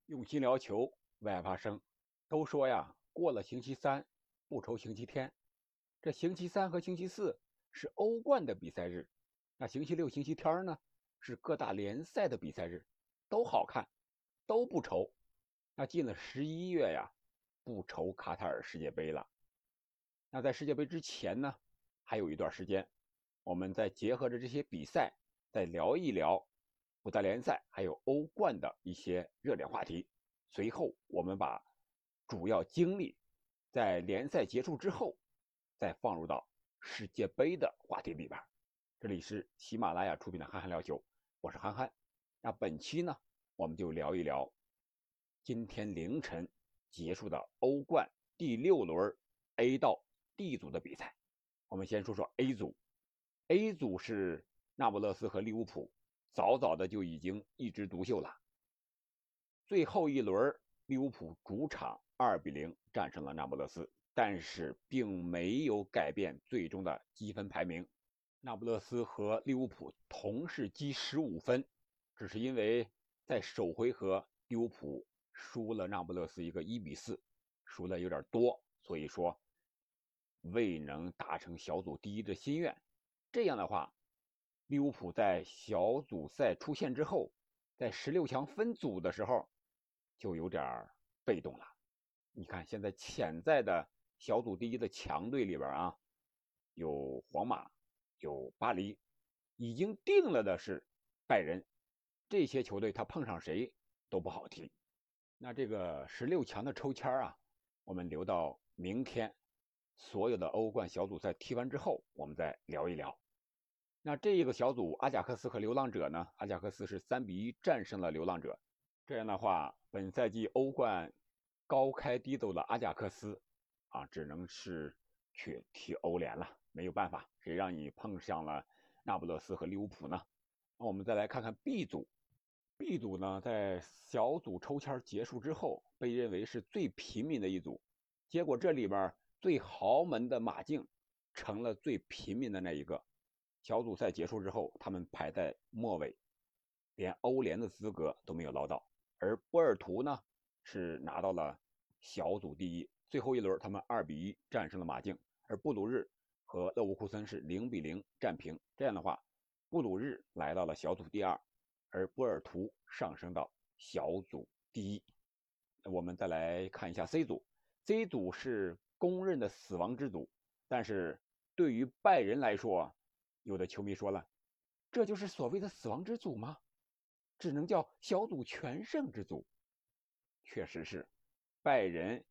用心聊球，外发生。都说呀，过了星期三，不愁星期天。这星期三和星期四是欧冠的比赛日，那星期六、星期天呢是各大联赛的比赛日，都好看，都不愁。那进了11月呀，不愁卡塔尔世界杯了。那在世界杯之前呢，还有一段时间，我们再结合着这些比赛，再聊一聊五大联赛还有欧冠的一些热点话题。随后，我们把主要精力在联赛结束之后，再放入到世界杯的话题里边。这里是喜马拉雅出品的憨憨聊球，我是憨憨。那本期呢，我们就聊一聊今天凌晨结束的欧冠第6轮 A 到 D 组的比赛。我们先说说 A 组。A 组是那不勒斯和利物浦早早的就已经一枝独秀了。最后一轮，利物浦主场2-0战胜了那不勒斯，但是并没有改变最终的积分排名。那不勒斯和利物浦同是积15分，只是因为在首回合利物浦输了那不勒斯一个1-4，输的有点多，所以说未能达成小组第一的心愿。这样的话，利物浦在小组赛出线之后，在16强分组的时候就有点被动了。你看现在潜在的小组第一的强队里边啊，有皇马，有巴黎，已经定了的是拜仁。这些球队他碰上谁都不好踢。那这个16强的抽签啊，我们留到明天所有的欧冠小组赛踢完之后，我们再聊一聊。那这一个小组，阿贾克斯和流浪者呢？阿贾克斯是3-1战胜了流浪者。这样的话，本赛季欧冠高开低走的阿贾克斯啊，只能是去踢欧联了，没有办法，谁让你碰上了那不勒斯和利物浦呢？那我们再来看看 B 组。B 组呢，在小组抽签结束之后，被认为是最平民的一组。结果这里边最豪门的马竞成了最平民的那一个。小组赛结束之后，他们排在末尾，连欧联的资格都没有捞到。而波尔图呢，是拿到了小组第一。最后一轮，他们2-1战胜了马竞，而布鲁日和勒沃库森是0-0战平。这样的话，布鲁日来到了小组第二，而波尔图上升到小组第一。我们再来看一下 C 组。C 组是公认的死亡之组，但是对于拜仁来说，有的球迷说了，这就是所谓的死亡之组吗？只能叫小组全胜之组。确实是，拜仁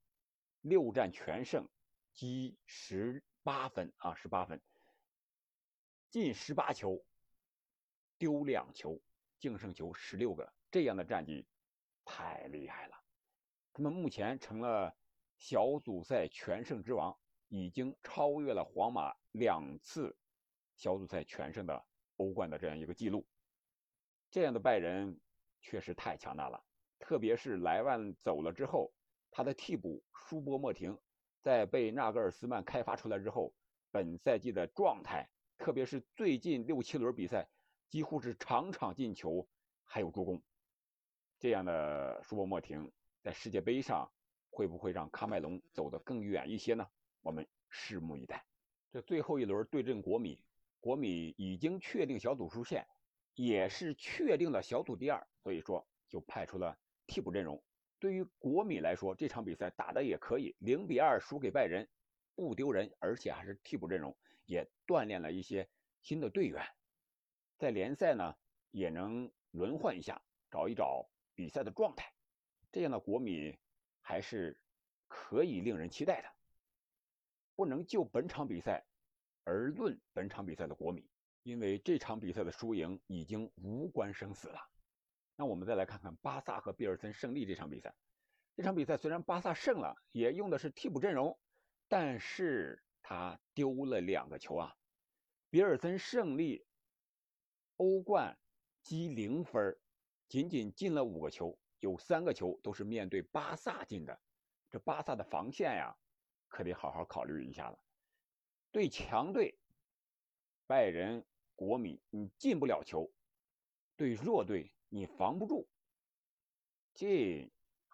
6战全胜，积18分啊，18分，进18球，丢2球，净胜球16个，这样的战绩太厉害了。他们目前成了小组赛全胜之王，已经超越了皇马2次小组赛全胜的欧冠的这样一个记录。这样的拜仁确实太强大了，特别是莱万走了之后，他的替补舒波莫廷在被纳格尔斯曼开发出来之后，本赛季的状态，特别是最近6-7轮比赛，几乎是场场进球，还有助攻。这样的舒波莫廷在世界杯上会不会让喀麦隆走得更远一些呢？我们拭目以待。这最后一轮对阵国米，国米已经确定小组出线，也是确定了小组第二，所以说就派出了替补阵容。对于国米来说，这场比赛打得也可以，0-2输给拜仁，不丢人，而且还是替补阵容，也锻炼了一些新的队员，在联赛呢也能轮换一下，找一找比赛的状态。这样的国米还是可以令人期待的。不能就本场比赛而论本场比赛的国米，因为这场比赛的输赢已经无关生死了。那我们再来看看巴萨和比尔森胜利这场比赛。这场比赛虽然巴萨胜了，也用的是替补阵容，但是他丢了2个球啊。比尔森胜利，欧冠积0分，仅仅进了5个球，有3个球都是面对巴萨进的。这巴萨的防线呀，可得好好考虑一下了。对强队拜仁、国米，你进不了球；对弱队你防不住，这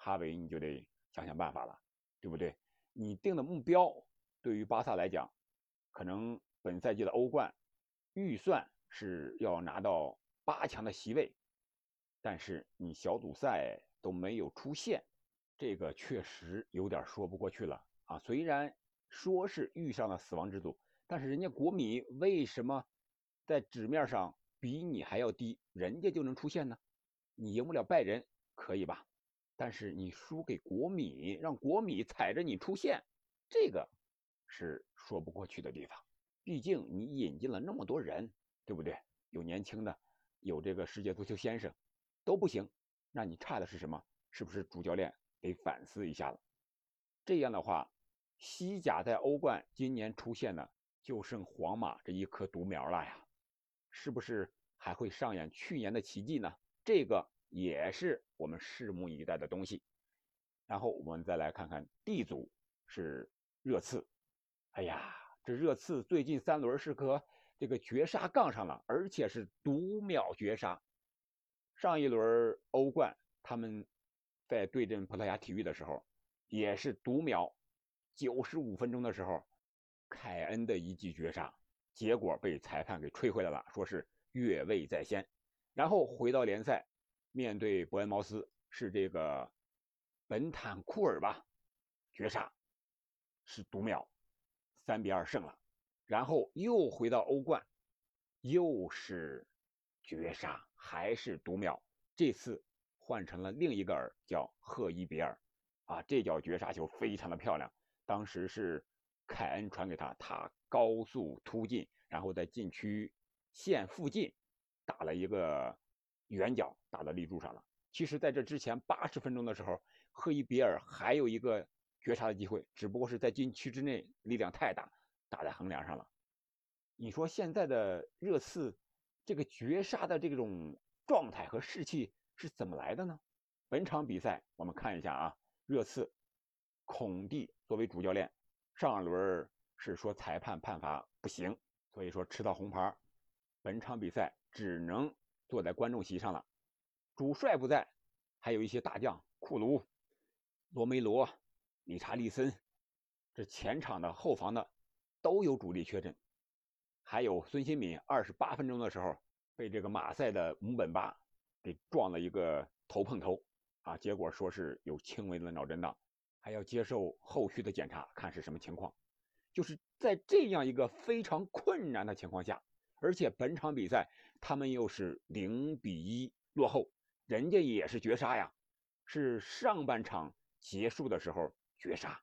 哈维你就得想想办法了，对不对？你定的目标对于巴萨来讲，可能本赛季的欧冠预算是要拿到8强的席位，但是你小组赛都没有出现，这个确实有点说不过去了啊。虽然说是遇上了死亡之组，但是人家国米为什么在纸面上比你还要低，人家就能出现呢？你赢不了拜仁可以吧？但是你输给国米，让国米踩着你出现，这个是说不过去的地方。毕竟你引进了那么多人，对不对？有年轻的，有这个世界足球先生，都不行，那你差的是什么？是不是主教练得反思一下了？这样的话，西甲在欧冠今年出现的就剩皇马这一棵独苗了呀，是不是还会上演去年的奇迹呢？这个也是我们拭目以待的东西。然后我们再来看看 D 组是热刺，哎呀，这热刺最近3轮是和这个绝杀杠上了，而且是读秒绝杀。上一轮欧冠他们在对阵葡萄牙体育的时候，也是读秒95分钟的时候，凯恩的一记绝杀，结果被裁判给吹回来了，说是越位在先。然后回到联赛，面对伯恩茅斯是这个本坦库尔吧，绝杀是读秒，3-2胜了。然后又回到欧冠，又是绝杀，还是读秒。这次换成了另一个尔，叫赫伊别尔啊，这脚绝杀球非常的漂亮。当时是凯恩传给他，他高速突进，然后在禁区线附近打了一个远角，打到立柱上了。其实在这之前80分钟的时候，赫伊别尔还有一个绝杀的机会，只不过是在禁区之内力量太大，打在横梁上了。你说现在的热刺这个绝杀的这种状态和士气是怎么来的呢？本场比赛我们看一下啊，热刺孔蒂作为主教练，上轮是说裁判判罚不行，所以说吃到红牌，本场比赛只能坐在观众席上了。主帅不在，还有一些大将库卢、罗梅罗、理查利森，这前场的后防的都有主力缺阵。还有孙兴敏28分钟的时候被这个马赛的姆本巴给撞了一个头碰头啊，结果说是有轻微的脑震荡，还要接受后续的检查，看是什么情况。就是在这样一个非常困难的情况下，而且本场比赛他们又是0-1落后，人家也是绝杀呀，是上半场结束的时候绝杀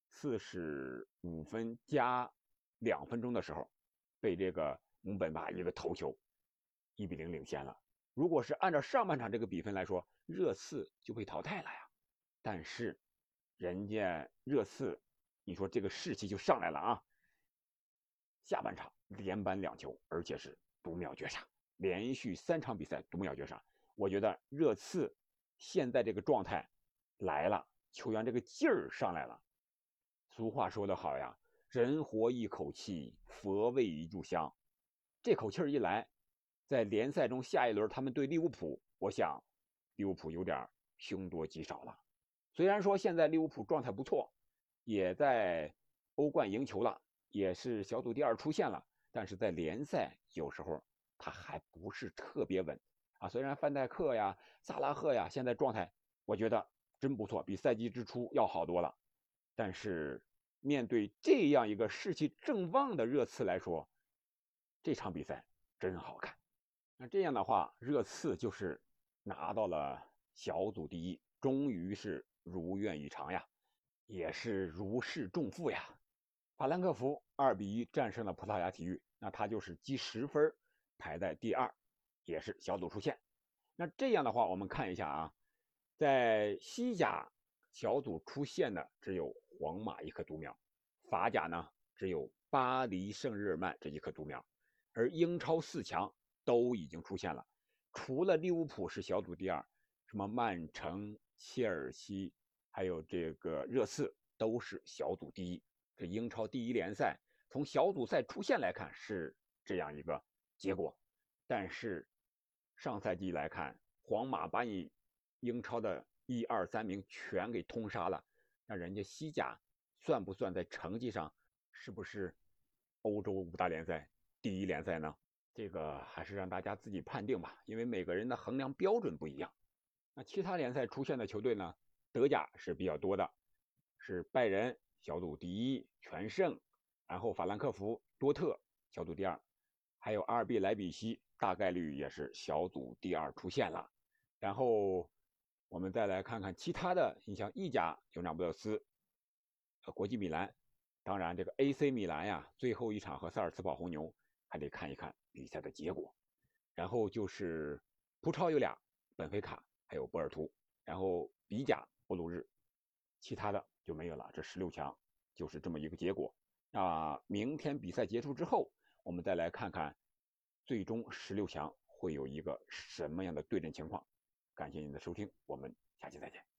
，45分加2分钟的时候被这个姆本巴一个头球1-0领先了。如果是按照上半场这个比分来说，热刺就被淘汰了呀。但是人家热刺，你说这个士气就上来了啊！下半场连扳2球，而且是读秒绝杀，连续3场比赛读秒绝杀。我觉得热刺现在这个状态来了，球员这个劲儿上来了。俗话说得好呀，人活一口气，佛为一炷香。这口气儿一来，在联赛中下一轮他们对利物浦，我想利物浦有点凶多吉少了。虽然说现在利物浦状态不错，也在欧冠赢球了，也是小组第2出现了，但是在联赛有时候他还不是特别稳啊。虽然范戴克呀、萨拉赫呀现在状态我觉得真不错，比赛季之初要好多了，但是面对这样一个士气正旺的热刺来说，这场比赛真好看。那这样的话，热刺就是拿到了小组第1，终于是如愿以偿呀，也是如释重负呀。法兰克福2-1战胜了葡萄牙体育，那他就是积10分，排在第2，也是小组出线。那这样的话，我们看一下啊，在西甲小组出现的只有皇马一颗独苗，法甲呢只有巴黎圣日耳曼这一颗独苗，而英超4强都已经出现了，除了利物浦是小组第2，什么曼城、切尔西，还有这个热刺都是小组第1。这英超第1联赛从小组赛出现来看是这样一个结果，但是上赛季来看，皇马把你英超的 1、2、3名全给通杀了，那人家西甲算不算在成绩上是不是欧洲5大联赛第1联赛呢？这个还是让大家自己判定吧，因为每个人的衡量标准不一样。那其他联赛出现的球队呢，德甲是比较多的，是拜仁小组第1，全胜，然后法兰克福、多特小组第2，还有RB莱比锡大概率也是小组第2出现了。然后我们再来看看其他的，你像意甲有那不勒斯、国际米兰，当然这个 AC 米兰呀，最后一场和萨尔茨堡红牛还得看一看比赛的结果。然后就是葡超有俩，本菲卡还有波尔图，然后比甲波鲁日，其他的就没有了。这16强就是这么一个结果。那明天比赛结束之后，我们再来看看最终16强会有一个什么样的对阵情况。感谢您的收听，我们下期再见。